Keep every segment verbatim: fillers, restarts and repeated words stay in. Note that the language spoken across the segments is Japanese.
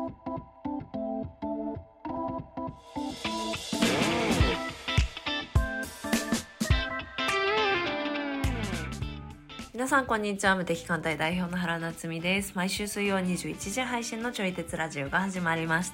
皆さんこんにちは。無敵艦隊代表の原夏実です。毎週水曜にじゅういちじ配信のちょい鉄ラジオが始まりました。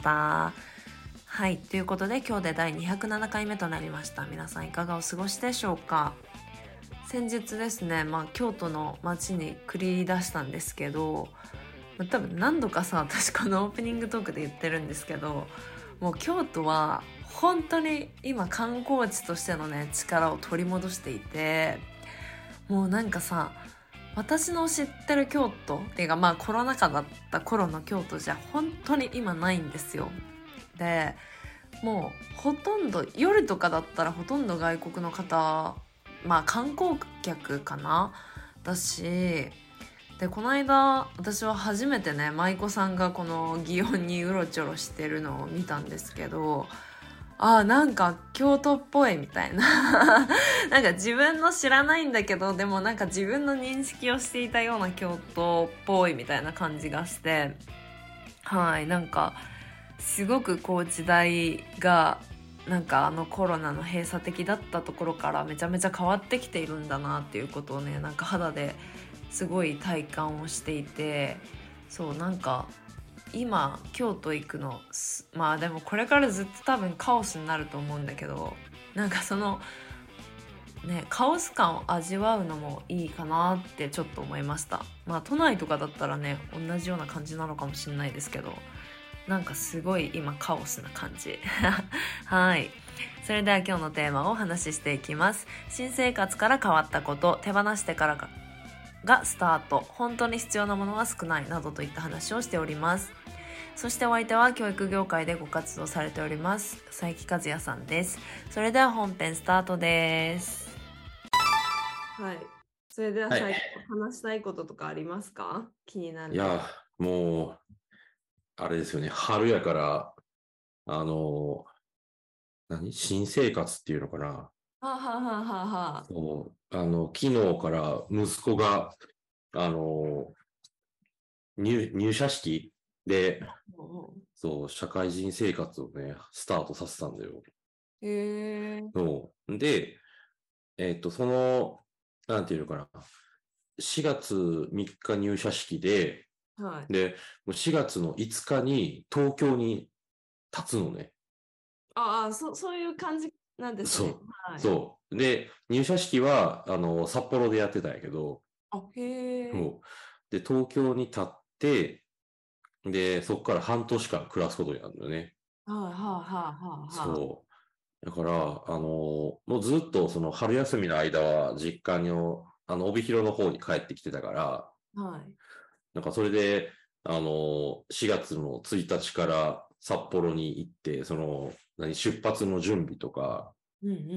はい、ということで今日でだいにひゃくななかいめとなりました。皆さんいかがお過ごしでしょうか。先日ですね、まあ、京都の街に繰り出したんですけど、まあ、多分何度かさ私このオープニングトークで言ってるんですけど、もう京都は本当に今観光地としてのね力を取り戻していて、もうなんかさ、私の知ってる京都っていうか、まあコロナ禍だった頃の京都じゃ本当に今ないんですよ。でもうほとんど夜とかだったらほとんど外国の方、まあ観光客かなだし、でこの間私は初めてね舞妓さんがこの祇園にうろちょろしてるのを見たんですけど、あーなんか京都っぽいみたいななんか自分の知らないんだけど、でもなんか自分の認識をしていたような京都っぽいみたいな感じがして、はい、なんかすごくこう時代がなんかあのコロナの閉鎖的だったところからめちゃめちゃ変わってきているんだなっていうことをね、なんか肌ですごい体感をしていて、そうなんか今京都行くの、まあでもこれからずっと多分カオスになると思うんだけど、なんかそのねカオス感を味わうのもいいかなってちょっと思いました。まあ都内とかだったらね同じような感じなのかもしれないですけど、なんかすごい今カオスな感じはい、それでは今日のテーマをお話ししていきます。新生活から変わったこと、手放してからががスタート、本当に必要なものは少ないなどといった話をしております。そしてお相手は教育業界でご活動されております佐伯和也さんです。それでは本編スタートです。はい、それでは最後、話したいこととかありますか？気になる。 いやもうあれですよね、春やからあの何新生活っていうのかな。 はあ、はあはあはあはあ、 そうあの昨日から息子があの 入, 入社式で、そう社会人生活をねスタートさせたんだよ。 へえ。 そうでえっ、とそのなんていうのかな、しがつみっか入社式で、 はい、 でしがつのいつかに東京に立つのね。 ああ、そそういう感じなんですね。 そう、 はい、 そう。で、入社式は、あの、札幌でやってたんやけど、 あ、へえ。 そうで、東京に立って、で、そこから半年間暮らすことになるんだよね。 はいはいはいはいはい。 そう。だから、あの、もうずっとその春休みの間は実家の、あの、帯広の方に帰ってきてたから、 はい。 なんかそれで、あの、しがつのついたちから札幌に行って、その、何、出発の準備とか、 うんうんうん。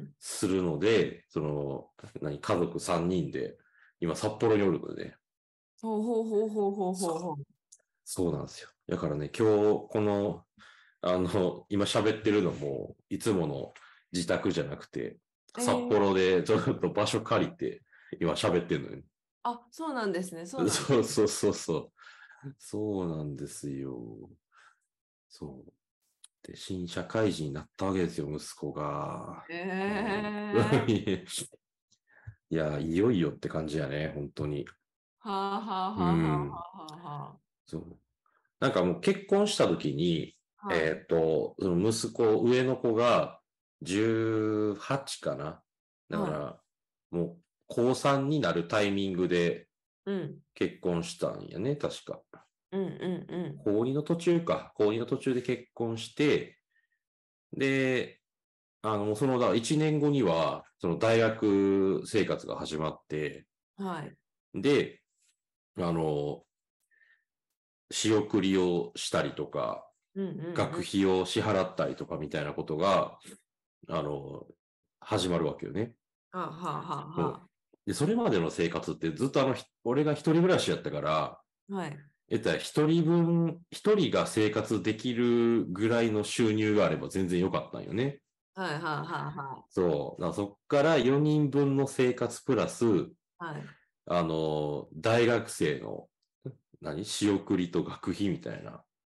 するので、その、何、家族さんにんで、今札幌におるのでね。 ほうほうほうほうほうほうほう。 そうなんですよ。だからね、今日、この、あの、今喋ってるのも、いつもの自宅じゃなくて、札えー、 幌でちょっと場所借りて、今喋ってるのよ。 あ、そうなんですね。そうなんです。 そうそうそうそう。そうなんですよ。そう。で、新社会人になったわけですよ、息子が。 えー、 いや、いよいよって感じやね、本当に。 はあはあはうあはあん。 はあそう。なんかもう結婚した時に、 はあ。はい。 えっと、その息子、上の子がじゅうはちかな。だかはい。 ら、もう高さんになるタイミングでうん。 結婚したんやね、確か。 うんうんうん。 高にの途中か。高にの途中で結婚して、で、あの、その、だいちねんごには、その大学生活が始まって、 はい。 で、あの、仕送りをしたりとか、 うんうんうん。 学費を支払ったりとかみたいなことが、あの、始まるわけよね。 はあはあはあもはうで、それまでの生活ってずっとあの、俺が一人暮らしやったから、 あ。はい。 えったら一人分、一人が生活できるぐらいの収入があれば全然良かったんよね。 はいはいはいはそう。だからそっからよにんぶんの生活プラス、 い。はい。 あの、大学生の、何仕送りと学費みたいな。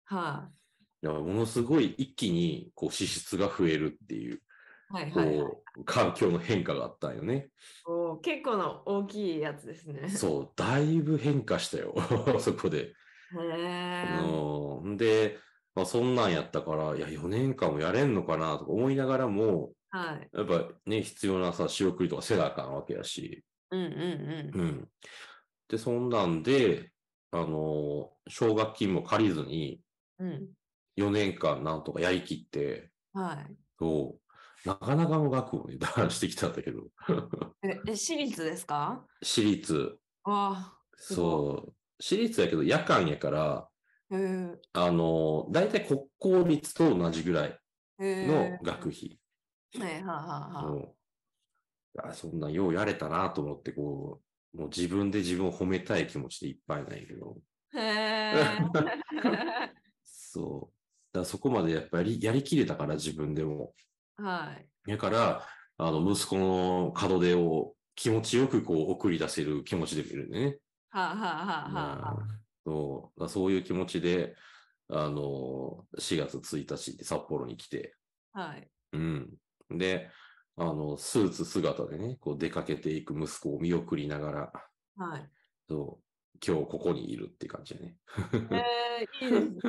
はだからものすごい一気にこう支出が増えるっていう、 い。はいはいはい。 こう、環境の変化があったんよね。 おー、結構な大きいやつですね。 そう、だいぶ変化したよ、そこで。 へえ。 うんで、まあ、そんなんやったから、いや、よねんかんもやれんのかなとか思いながらも、 はい。 やっぱね、必要なさ、仕送りとかせなあかんわけやし。 うんうんうん。で、そんなんで、あの、奨学金も借りずにうん。うん。 よねんかんなんとかやりきって、 はい。 そう、なかなかの額をね、出してきたんだけど、 え、え、私立ですか？ 私立、 わあ、すごそう、私立やけど夜間やから、 い。へえ。 あの、大体国公立と同じぐらいへのえ。 学費。 はい、はあ、はあ、はもう、あ、そんなようやれたなと思って、こう、もう自分で自分を褒めたい気持ちでいっぱいなんやけど。 あ。へえ。 そう。だからそこまでやっぱりやりきれたから、自分でも。 はい。 だから、あの、息子の門出を気持ちよくこう送り出せる気持ちで見るんでね。 はあ、はあ、はあ、はあ。 まあ、そう、だからそういう気持ちで、あの、しがつついたちに札幌に来て、 はい。 うん。で、あの、スーツ姿でね、こう出かけていく息子を見送りながら、 はい。 そう、今日ここにいるって感じだね。 えー、いいですね。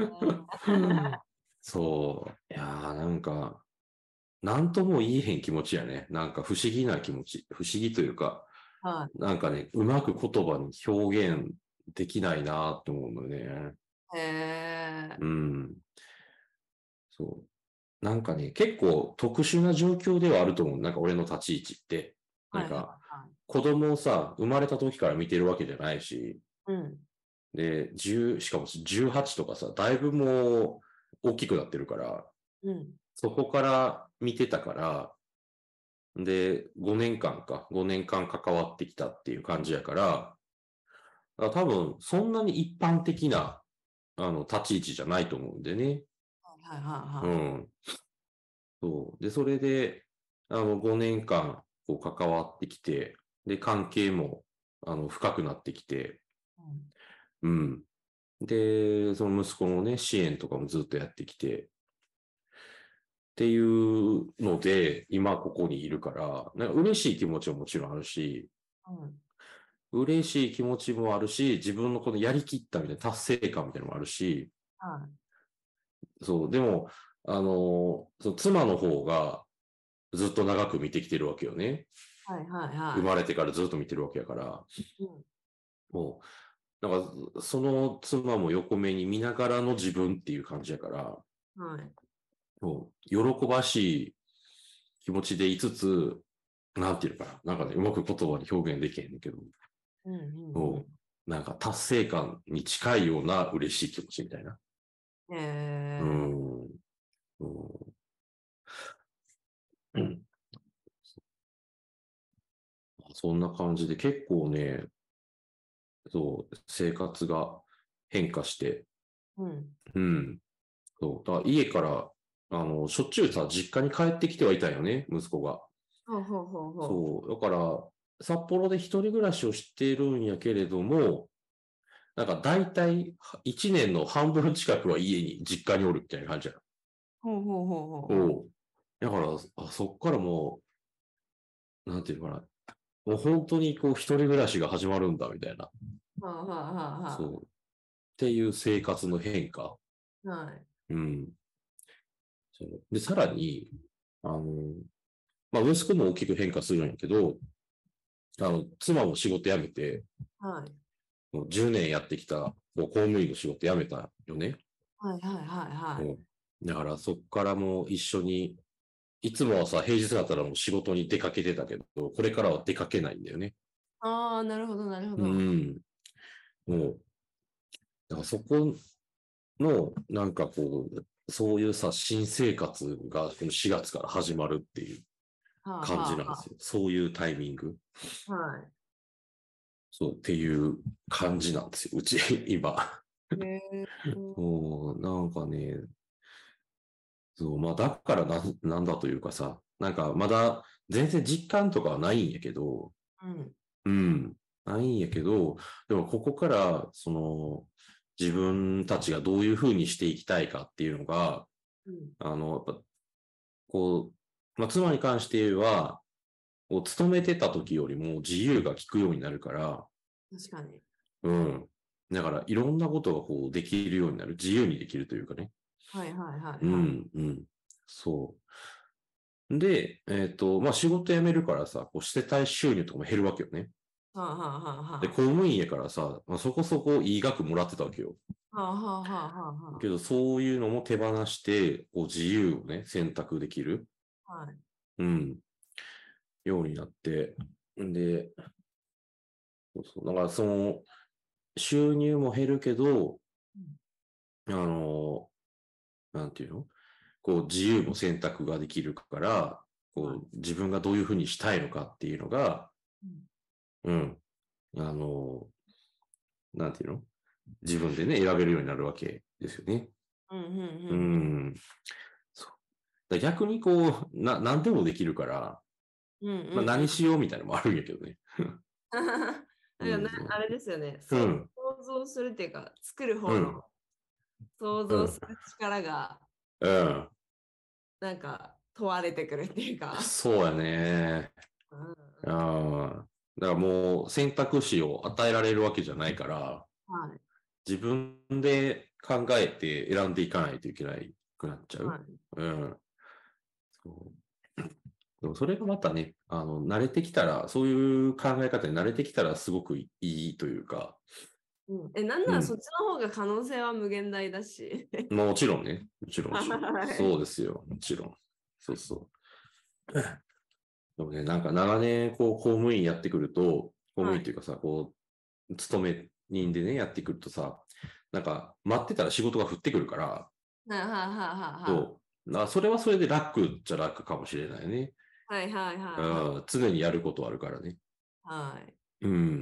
そう、いやーなんか、なんとも言えへん気持ちやね。なんか不思議な気持ち。不思議というか、 はなんかね、うまく言葉に表現できないなって思うのよね。 い。へえ。 うん。そう。なんかね、結構特殊な状況ではあると思う。なんか俺の立ち位置って。なはい、はい、 んか、 はい。 子供をさ、生まれた時から見てるわけじゃないし、 うん。 で、じゅう、しかもじゅうはちとかさ、だいぶもう大きくなってるから、 うん。 そこから見てたから、で、ごねんかんか、ごねんかん関わってきたっていう感じやから、だから多分そんなに一般的な、あの、立ち位置じゃないと思うんでね。 はい、はい、はうん。そう。で、それで、あの、ごねんかん、こう、関わってきて、で、関係も、あの、深くなってきて、 い。うん。 うん。で、その息子のね、支援とかもずっとやってきて、っていうので、今ここにいるから、なんか嬉しい気持ちももちろんあるし、 うん。 嬉しい気持ちもあるし、自分のこのやりきったみたいな達成感みたいなのもあるし、 はい。 そう、でも、あの、その妻の方がずっと長く見てきてるわけよね。 はい、はい、は生まれてからずっと見てるわけやから、 い。うん。 もう、なんか、その妻も横目に見ながらの自分っていう感じやから、 はい。 もう、喜ばしい気持ちでいつつ、なんていうのかな。なんかね、うまく言葉に表現できへんねんけど、 うん、うん、うもう、なんか達成感に近いような嬉しい気持ちみたいな。 ん。へうえ。 ん。うんうんそんな感じで結構ね、そう、生活が変化して、 うん。 うん。そう、だから家から、あの、しょっちゅうさ、実家に帰ってきてはいたよね、息子が。 ほうほうほうほそう、だから、札幌で一人暮らしをしてるんやけれども、なんか大体いちねんの半分近くは家に、実家におるみたいな感じや。 う。ほうほうほうほうほう。 おう。だから、あ、そっからもう、なんていうのかな。もう本当にこう一人暮らしが始まるんだ、みたいな。 はあ、はあ、はあ、はそう。っていう生活の変化。 あ。はい。 うん。そうで、さらに、あの、まあ、息子も大きく変化するんやけど、あの、妻も仕事辞めて、 はい。 もうじゅうねんやってきた、もう公務員の仕事辞めたよね。 はい、はい、はい、はい。 うんだからそっからもう一緒に、いつもはさ、平日だったらもう仕事に出かけてたけど、これからは出かけないんだよね。 ああ、なるほど、なるほうど。 ん。もう、だからそこの、なんかこう、そういうさ、新生活がこのしがつから始まるっていうはあ、 感じはあ、はなんですよ。そういうタイミング。 あ。はそうっていう感じなんですよ。うち、今。 い。へえ。 もう、なんかね、そう、まあ、だからな、なんだというかさ、なんかまだ全然実感とかはないんやけど、 うん。 うん、ないんやけど、でもここから、その、 自分たちがどういうふうにしていきたいかっていうのが、 うん、 あの、やっぱ、こう、まあ、妻に関して言えば、こう、勤めてた時よりも自由が利くようになるから、 確かに。 うん。だから、いろんなことがこう、できるようになる。自由にできるというかね。 はいはいはいはい。 うん、うん。そう。で、えっと、まあ、仕事辞めるからさ、こう、してたい収入とかも減るわけよね。 はあはあはあで、 は公務員やからさ、まあ、そこそこいい額もらってたわけよ。 あ。はあはあはあはけど、そういうのも手放して、こう、自由をね、選択できる。 あ。はい。 うん。ようになって。んで、そうそう。だから、その、収入も減るけど、あの、なんていうのこう、自由も選択ができるから、 はい。 こう、自分がどういうふうにしたいのかっていうのが、うん。あの、なんていうの自分でね、選べるようになるわけですよね。 うんうんうんううん。 ん。そう。だ逆にこう、な、何でもできるから、 うんうんまあうん。 何しようみたいなのもあるんやけどね。 なんかな、 うん、そあれですよね。 う。うそうん、 想像するっていうか、作る方のうん、 想うん、 像する力が、 うん。 なんか問われてくるっていうか。 そうやね。 うんうん。 ああ。だからもう選択肢を与えられるわけじゃないから、 はい。 自分で考えて選んでいかないといけないくなっちゃう。 はい。 うん。そうでもそれがまたね、あの、慣れてきたら、そういう考え方に慣れてきたらすごくいいというか、 うん、え、なんならそっうん。 ちの方が可能性は無限大だし。 もちろんね。もちろん、もちろん。 はい。 そうですよ。もちろん。そうそう。でもね、なんか長年、こう、公務員やってくると、公務はい。 員っていうかさ、こう、勤め人でね、やってくるとさ、なんか、待ってたら仕事が降ってくるから、 はいはいはいはそう。なそれはそれで楽っちゃ楽かもしれないね。 いはい。はいはいはいはい。 うん、常にやることあるからね。 はい。 うん。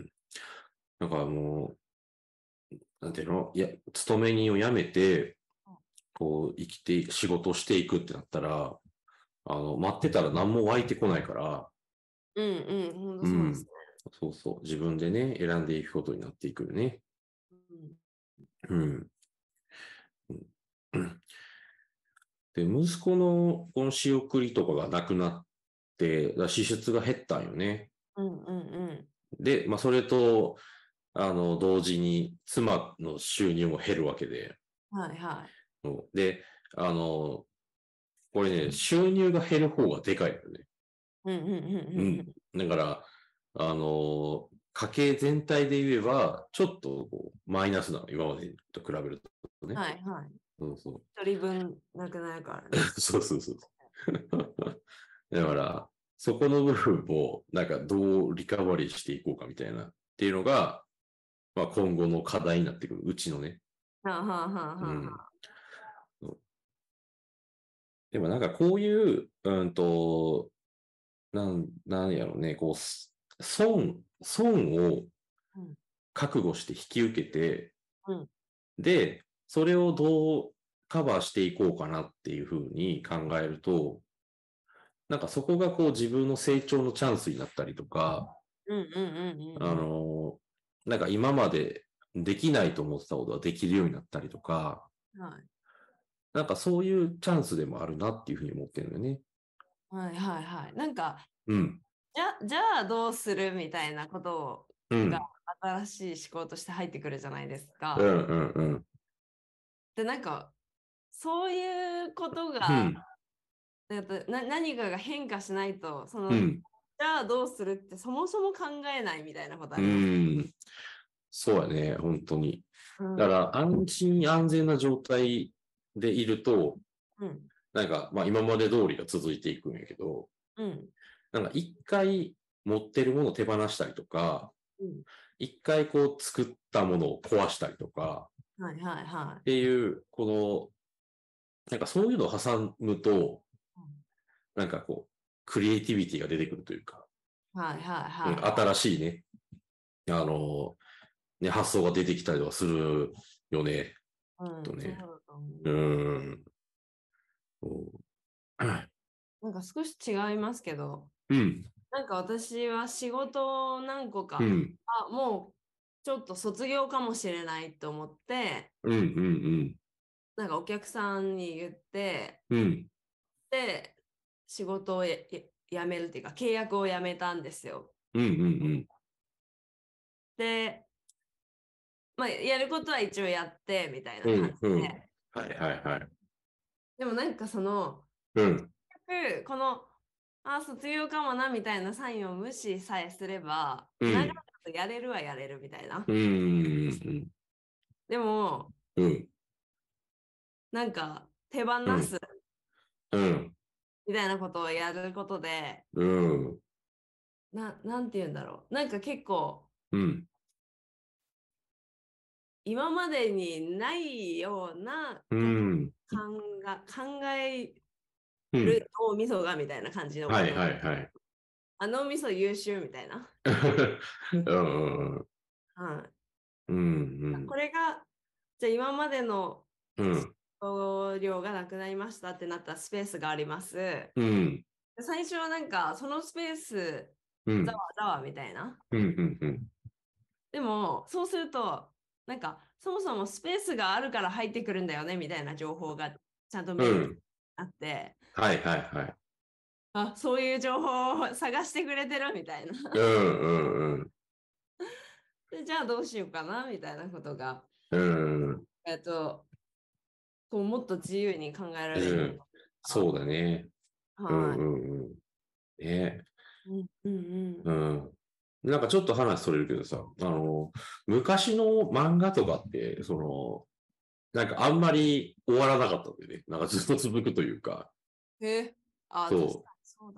だからもう、なんていうのいや、勤め人を辞めて、こう、生きて、仕事をしていくってなったら、あの、待ってたら何も湧いてこないから、 うんうん。ほんとうん。 そうですね。 そうそう。自分でね、選んでいくことになっていくよね。 うん。 うん。うんで、息子のこの仕送りとかがなくなって、だから支出が減ったんよね。 うんうんうん。 で、まあ、それと、あの、同時に妻の収入も減るわけで。 はいはい。 うんで、あの、これね、収入が減る方がでかいよね。 うんうんうんうん。 うんだから、あの、家計全体で言えば、ちょっとこうマイナスなの、今までと比べるとね。 はいはい。 そうそ一人分なくなるからう。 ね。 そうそうそう。だから、そこの部分を、なんかどうリカバリーしていこうかみたいな、っていうのが、まあ今後の課題になってくる。うちのね。 はあはあはあうん。 はあ。 でもなんかこういう、うんと、なん、なんやろうね、こう、す損、損をうん覚悟して引き受けて、 うんで、それをどうカバーしていこうかなっていうふうに考えると、なんかそこがこう自分の成長のチャンスになったりとか、 うんうんうんうあんうん。 の、なんか今までできないと思ってたことができるようになったりとか、 はい。 なんかそういうチャンスでもあるなっていうふうに思ってるんだよね。 はいはいはい。なんか、 うん。 じゃ、じゃあどうするみたいなことがうん。 新しい思考として入ってくるじゃないですか。 うんうんうん。 で、なんか、そういうことが、 うん。 なんかな何かが変化しないと、その、じうん。 ゃあどうするってそもそも考えないみたいなことあうります。 ん。そうやね、本当に。 うん。 だから安心安全な状態でいると、 うん。 なんか、まあ今まで通りが続いていくんやけど、 うん。 なんか一回持ってるものを手放したりとか、 うん。 一回こう作ったものを壊したりとか、 はいはいはっていう、この、なんかそういうのを挟むと、なんかこう、クリエイティビティが出てくるというか、 い。はいはいうん、 はい。 新しいね、あの、ね、発想が出てきたりとかするよね、 うん、そうとね。 だと思うう。 ん。そうなんか少し違いますけど、 うん。 なんか私は仕事を何個か、 うん。 あ、もうちょっと卒業かもしれないと思って、 うんうんなんかお客さんに言って、 うん。うん。 で、仕事をややめるっていうか、契約をやめたんですよ。 うんうんで、まあ、やることは一応やって、みたいなうん。う感じんうん。 で。 はいはいはい。 でもなんかその、 うん。 結局この、あ、卒業かもな、みたいなサインを無視さえすれば、長うんくやれるはやれるみたいな。 うんうんでも、 うん。 なんか手放うんすうんみたいなことをやることで、 うんな、なんて言うんだろう。なんか結構、 うん今までにないようなうことをん考え、考えうん。 る脳みそがみたいな感じのはいかな。 はいはい。 あ、脳みそ優秀みたいな。 うんはい。 うんうんこれが、じゃあ今までのうん総量がなくなりましたってなったらスペースがあります。 うん最初はなんかそのスペースうんざわざわみたいな。 うんうんうんでもそうするとなんかそもそもスペースがあるから入ってくるんだよねみたいな情報がちゃんとう目にん。 あって、 はいはいはい。 あ、そういう情報を探してくれてるみたいな。 うんうんうんで、じゃあどうしようかなみたいなことが、 うんえっと、こうもっと自由に考えられるようにうん。 なったそうだね。 から。 うんはい。 うんうん。ね。 うんうんうん。なんかちょっと話それるけどさ、あの、昔の漫画とかって、その、なんかあんまり終わらなかったんだよね。なんかずっと続くというか、 うん。え、あ、確かにそう。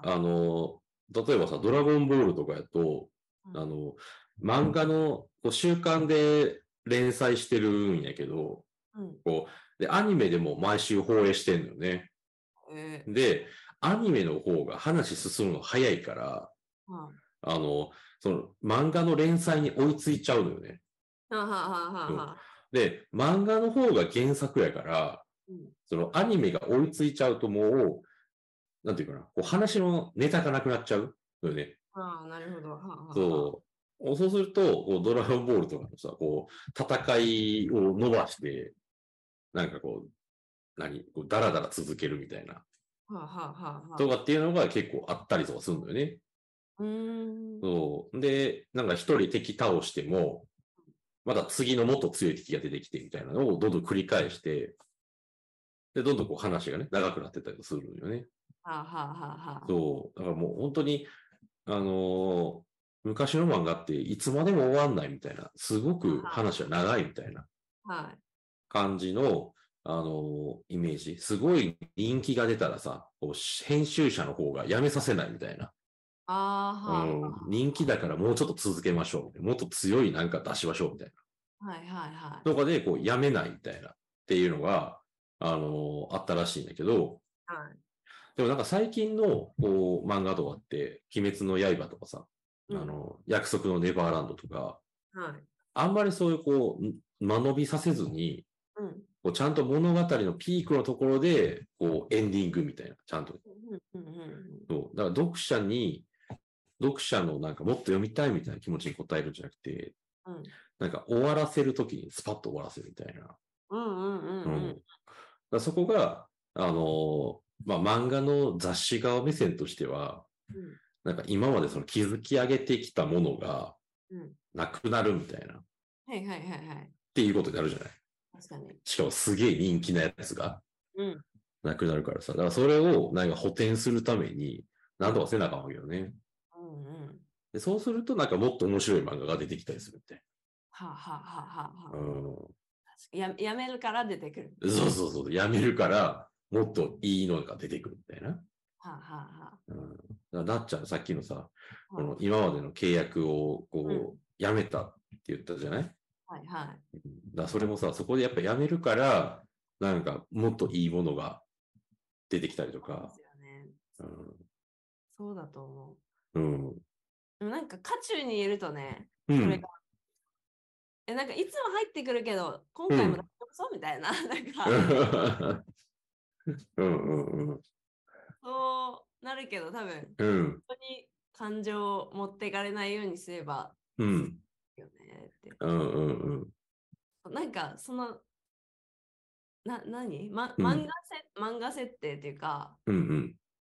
あそうだね。 の、例えばさ、ドラゴンボールとかやと、 うん。 あの、漫画のこう週刊で連載してるんやけど、 うん。 こう、で、アニメでも毎週放映してんのよね。 えで、アニメの方が話進むの早いから、 ー、はあの、その漫画の連載に追いついちゃうのよね。 あ、はあはあはあうん。 はあ。 で、漫画の方が原作やから、 うん。 そのアニメが追いついちゃうともう、なんていうかな、こう話のネタがなくなっちゃうのよね。 ああ、なるほど。はあはあはあ。 そう。そうすると、こうドラゴンボールとかのさ、こう、戦いを伸ばして、なんかこう、何こうダラダラ続けるみたいな。 はあはあはあはあ。 とかっていうのが結構あったりとかするんだよね。 うーん。 そう。で、なんか一人敵倒しても、また次のもっと強い敵が出てきてみたいなのをどんどん繰り返して、で、どんどんこう話がね、長くなってたりするのよね。 はあはあはあはあ。 そう。だからもう本当に、あのー昔の漫画っていつまでも終わんないみたいな、すごく話は長いみたいなはい。 感じの、あのーイメージ。すごい人気が出たらさ、こう編集者の方がやめさせないみたいな。 あうあ、はん、人気だからもうちょっと続けましょう。もっと強いなんか出しましょうみたいな。 あ。はいはいはとかで、こう、やめないみたいなっていうのが、あのーあったらしいんだけど、 い。はい。 でもなんか最近のこう漫画とかって、鬼滅の刃とかさ、あうん。 の、約束のネバーランドとか、 はい。 あんまりそういうこう、間延びさせずに、 うん。 こうちゃんと物語のピークのところで、こう、エンディングみたいな、ちゃんと。 うんうんうんそう。だから読者に、読者のなんかもっと読みたいみたいな気持ちに応えるんじゃなくて、 うん。うんなんか終わらせるときにスパッと終わらせるみたいな。 うんうんうんうん。 うん。 だからそこが、あのーまあ、漫画の雑誌側目線としては、 うんなんか今までその築き上げてきたものがうんなくなるみたいな、っはいはいはいはい。 ていうことになるじゃない。 確かに。 しかもすげえ人気なやつがうん。 なくなるからさ。だからそれをなんか補填するために、なんとかうんせなあかんわけよね。 うんうん。 でそうするとなんかもっと面白い漫画が出てきたりするみたいはあはあはあはあな。 はあ。 うや、やめるから出てくる。 ん。そうそうそう。やめるから、もっといいのが出てくるみたいな。 はあはあはうん。だからなっちゃん、さっきのさ、 あ。 このは今までの契約をうんこう、やめたって言ったじゃない。 いはいはい。 だからそれもさ、そこでやっぱやめるから、なんかもっといいものが出てきたりとか。 そうですよね。そうだと思うん。うん。 う。でもなんか渦中にいるとね、 うんそれが、え、なんかいつも入ってくるけど、今回も大丈うん。 夫そうみたいな、なんうか、 んうんうん。 そうなるけど、多分、本うん。 当に感情を持っていかれないようにすればうん。 よねって。 うんうんうん。 なんか、その、な、何、ま、 うん漫画せ、漫画設定っていうか、 うんうん。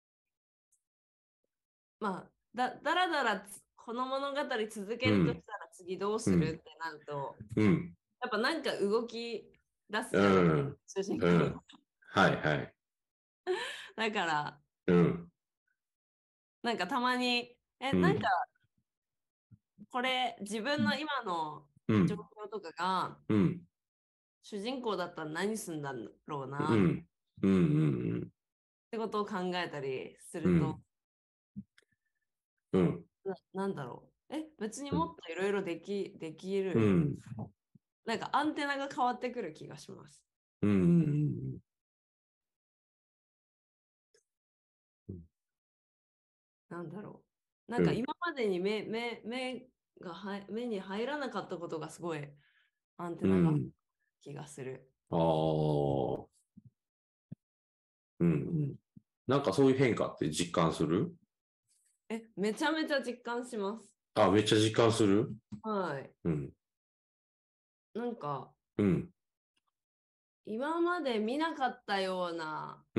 まあ、だ、だらだらつこの物語続けうんるとしたら次どうするうんってなると、 うん。 やっぱなんか動き出すうじゃない、 ん主人公が。 うん。はいはい。 だから、 うん。 なんかたまに、え、なんかうん。 これ自分の今の状うん。 況とかがうん。 主人公だったら何すんだろうな、みたいなっうん。うん。 てことを考えたりすると、 うん。うん。 な、なんだろう。え、別にうん。 もっといろいろでき、できる。 うん。 なんかアンテナが変わってくる気がします。 うん。 なんだろう。なんうん。 か今までに目、目、目がは目に入らなかったことがすごいアンテナがうん。 気がする。 ああ。うん。うん。なんかそういう変化って実感する？ え、めちゃめちゃ実感します。 あ、めっちゃ実感する？ はい。 うん。 なんかうん。 今まで見なかったような、 うん。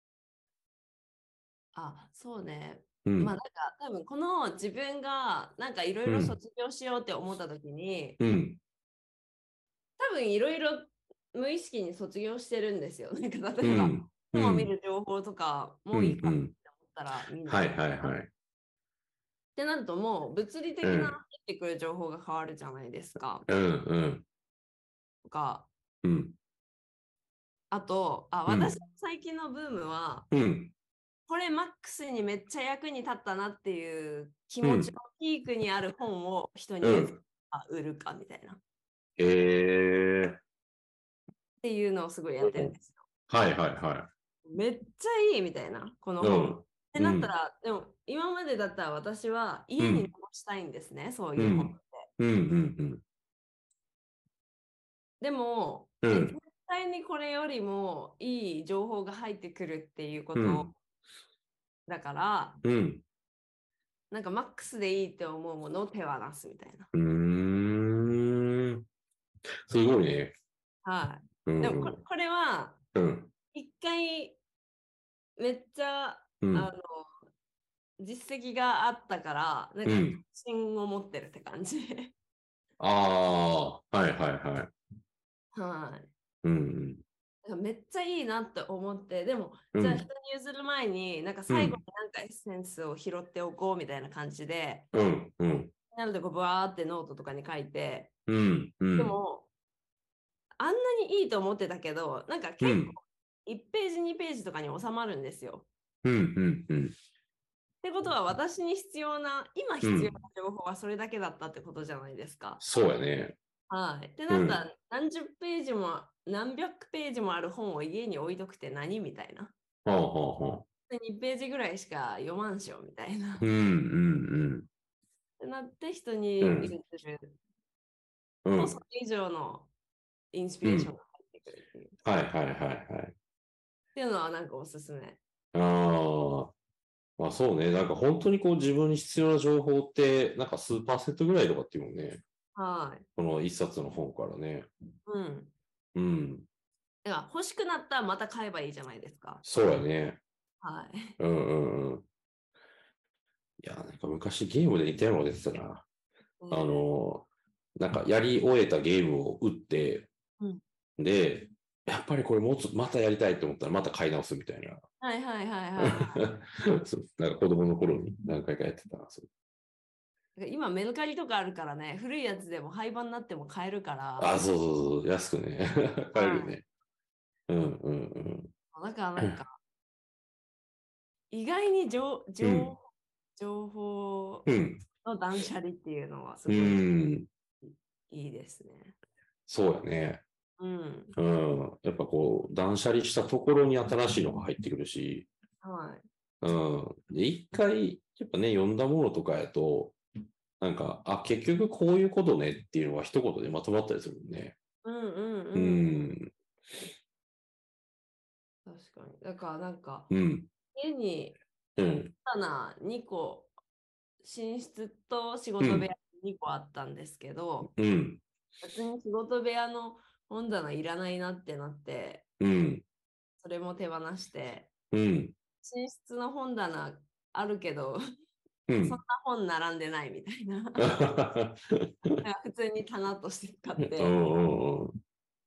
あ、そうね。 うん。 まあなんか多分この自分がなんかいろいろうん。 卒業しようって思った時に、 うん。 多分いろいろ無意識に卒業してるんですよ。なんか例えばうん。う本を見ん。 る情報とかうん。 もういいかっうん。 て思ったら見ない。 はいはいはい。 ってなるともう物理的な入うん。 ってくる情報が変わるじゃないですか。 うん。うん。 とか、 うん。 あと、あ、私のうん。 最近のブームは、 うん。 これマックスにめっちゃ役に立ったなっていう気持ちのうん。 ピークにある本を人に譲るうん。 か売るかみたいなっええていうのをすごいやってるんー。 ですよ。 はいはいはめっちゃいいみたいな、このい。う本。っん。 てうん。 なったら、でも今までだったら私は家にうん。 残したいんですね、そういう本。 うん。うん。うん。 でも、え、絶うん。 対にこれよりもいい情報が入ってくるっていうことうん。 だから、 うん。 なんかマックスでいいって思うものを手放すみたいな。 うーん。すごいね。 はい。 うん。 でもこれ、 うん。 これは、 うん。 一回めっちゃ、 うん。 あの、実績があったから、なんか、自うん。 信を持ってるって感じ。 ああ、はいはいはい。 はい。 うん。 なんかめっちゃいいなって思って、でも、じゃあ人うん。 に譲る前に、なんか最後にうん。 なんかエッセンスを拾っておこうみたいな感じで、 うん。うん。 なのでこう、バーってノートとかに書いて、 うん。うん。 でも、あんなにいいと思ってたけど、なんかうん。 結構、いちページ、にページとかに収まるんですよ。 うん。うん。 ってことは、私に必要な、今必要なうん。 情報はそれだけだったってことじゃないですか。 そうやね。 はい。ってうん。 なったら、何十ページも、何百ページもある本を家に置いとくって何みたいな。 はあはあはあ。 でにページぐらいしか読まんしょみたいな。っうん。うん。 てなって人うん。うにん。 譲ると、そうん。 れ以上のインスピうん。 レーションが入ってくるっていう。っはいはいはいはい。 ていうのはなんかおすすめ。 ああ。まあそうね。なんか本当にこう自分に必要な情報って、なんか数パーセントぐらいとかっていうもんね。 はい。 この一冊の本からね。 うん。 うん。 だから欲しくなったらまた買えばいいじゃないですか。そそうの、 やね。 はい。 うんうんうん。いや、なんか昔ゲームで似たようなの出てたな。あねの、なんかやり終えたゲームを打って、 うん。 で、やっぱりこれもうちょっとまたやりたいと思ったらまた買い直すみたいな。 はいはいはいはいはそうなんか子供の頃に何回かやってたな。そうい。今メルカリとかあるからね、古いやつでも廃盤になっても買えるから。 あ、そうそうそう、安くね。買えるよはね。うんうんい。だからうん。 なんか、意外に情、情、 うん。 情報うん。 の断捨離っていうのはすうごいん。 いいですね。 そうやね。 うん。 うん。やっぱこう、断捨離したところに新しいのが入ってくるし、 はい。 うん。で、一回、やっぱね、読んだものとかやと、なんか、あ、結局こういうことねっていうのが一言でまとまったりするもんね。 うんうんうんううん。 ん。 確かに。だからなんか、 うん。 家にうん。 あったなにこ、寝室と仕うん。 事部屋にこあったんですけど、 うん。 別に仕事部屋の本棚いらないなってなって、 うん。 それも手放して、 うん。 寝室の本棚あるけど、 うそんなん。 本並んでないみたいな。なんか普通に棚として使っうて、 ん。うん。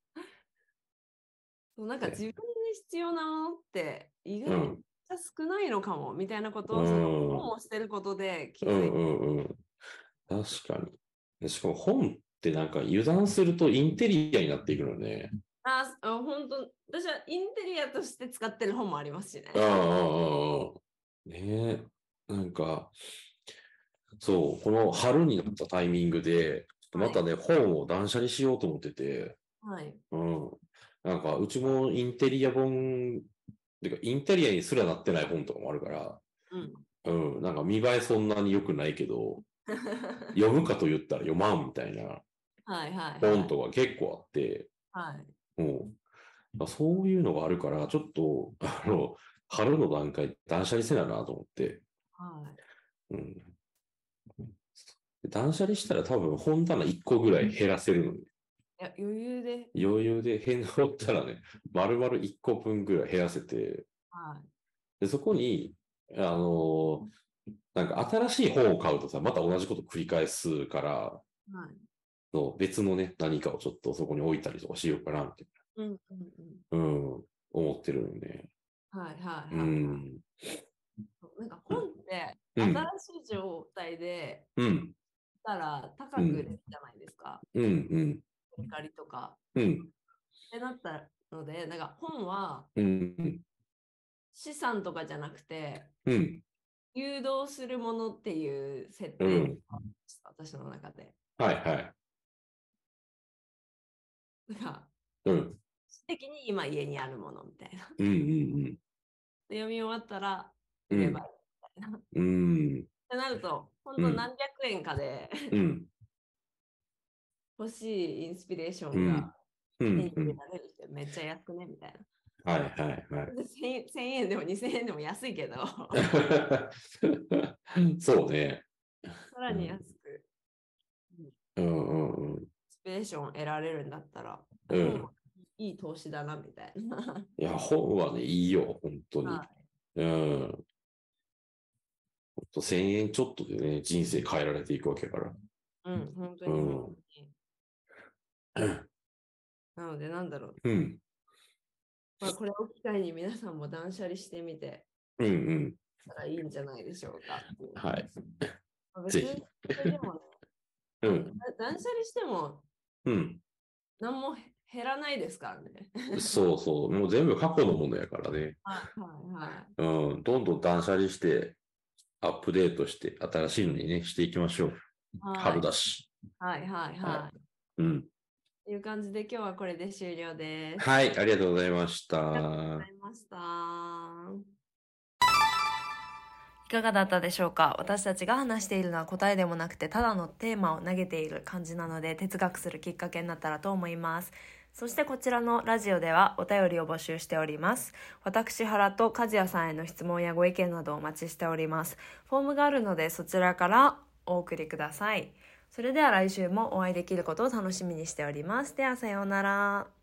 そうなんか自分に必要なものって意外にうん。 少ないのかもみたいなことうをそのん。 本をしてることで気うん。 づいて。 うん。確かに。でしかも本ってなんか油断するとインテリアになっていくのね。 あ、あ本当、私はインテリアとして使ってる本もありますしね。 ああ、ああ、ねえ。なんか、そう、この春になったタイミングで、 はい。 またね、本を断捨離しようと思ってて、 はい。 うん。なんか、うちもインテリア本、てか、インテリアにすらなってない本とかもあるから、 うん。 うん、なんか見栄えそんなに良くないけど、読むかと言ったら読まんみたいなはいはいはい。 本とか結構あって、 はい。 うん。そういうのがあるから、ちょっと、あの、春の段階、断捨離せななと思って、 はい。 うん。断捨離したら多分本棚いっこぐらい減らせるのに、 いや、余裕で。 余裕で変動ったらね、丸々いっこぶんぐらい減らせて、 はい。 で、そこに、あのなんか新しい本を買うとさ、また同じこと繰り返すから、 はい。 そう別のね、何かをちょっとそこに置いたりとかしようかな、みたいうんうんうん。 な、うん、思ってるのね。 はいはいうはいはん、 い。なんか本ってうん、 新しい状態でうん、 たらうん、 高く売れるじゃないですか。 うん、うん、 メルカリとか。 うん、 ってなったので、なんか本はうん、 資産とかじゃなくて、 うん、 誘導するものっていう設定にうん、 私の中で。 はい、はい、 なんか、 うん、 私的に今家にあるものみたいな。 うん、うん、 で読み終わったらうん、 売ればいいみたいな。っうん、 てなると、本当うん、 何百円かでうん、 欲しいインスピレーショうん、 ンがうん、 手に入れうん、 られるってめっちゃ安くねみたいな。 はい、はい、はい。 せんえんでもにせんえんでも安いけど、 そうね。 さらにうん、 安くインうん、うん、 スピレーション得られるんだったら、 うん。 本はいい投資だなみたいな。 いや、本はね、いいよ、本当に。 はい。 うん。ほんとせんえんちょっとでね、人生変えられていくわけだから。 うん、本当うに本当ん。 に。なので、なんだろう。 うん。 まあ、これを機会に皆さんも断捨離してみてうん、うん。 たらいいんじゃないでしょうかっていう。 はい。 まあ別にぜひ。 それでもね、あのうん。 断捨離してもうん。 何も減らないですからね。 そうそう。もう全部過去のものやからね。 はいはいはうん。どんどん断捨離して、アップデートして、新しいのにね、していきましょう。 い。はい。 春だし。 はいはいはい。 はい。 うん。 という感じで今日はこれで終了です。 はい。ありがとうございましありがとうござた。 いました。 いかがだったでしょうか？私たちが話しているのは答えでもなくて、ただのテーマを投げている感じなので、哲学するきっかけになったらと思います。そしてこちらのラジオではお便りを募集しております。私原と和也さんへの質問やご意見などをお待ちしております。フォームがあるのでそちらからお送りください。それでは来週もお会いできることを楽しみにしております。ではさようなら。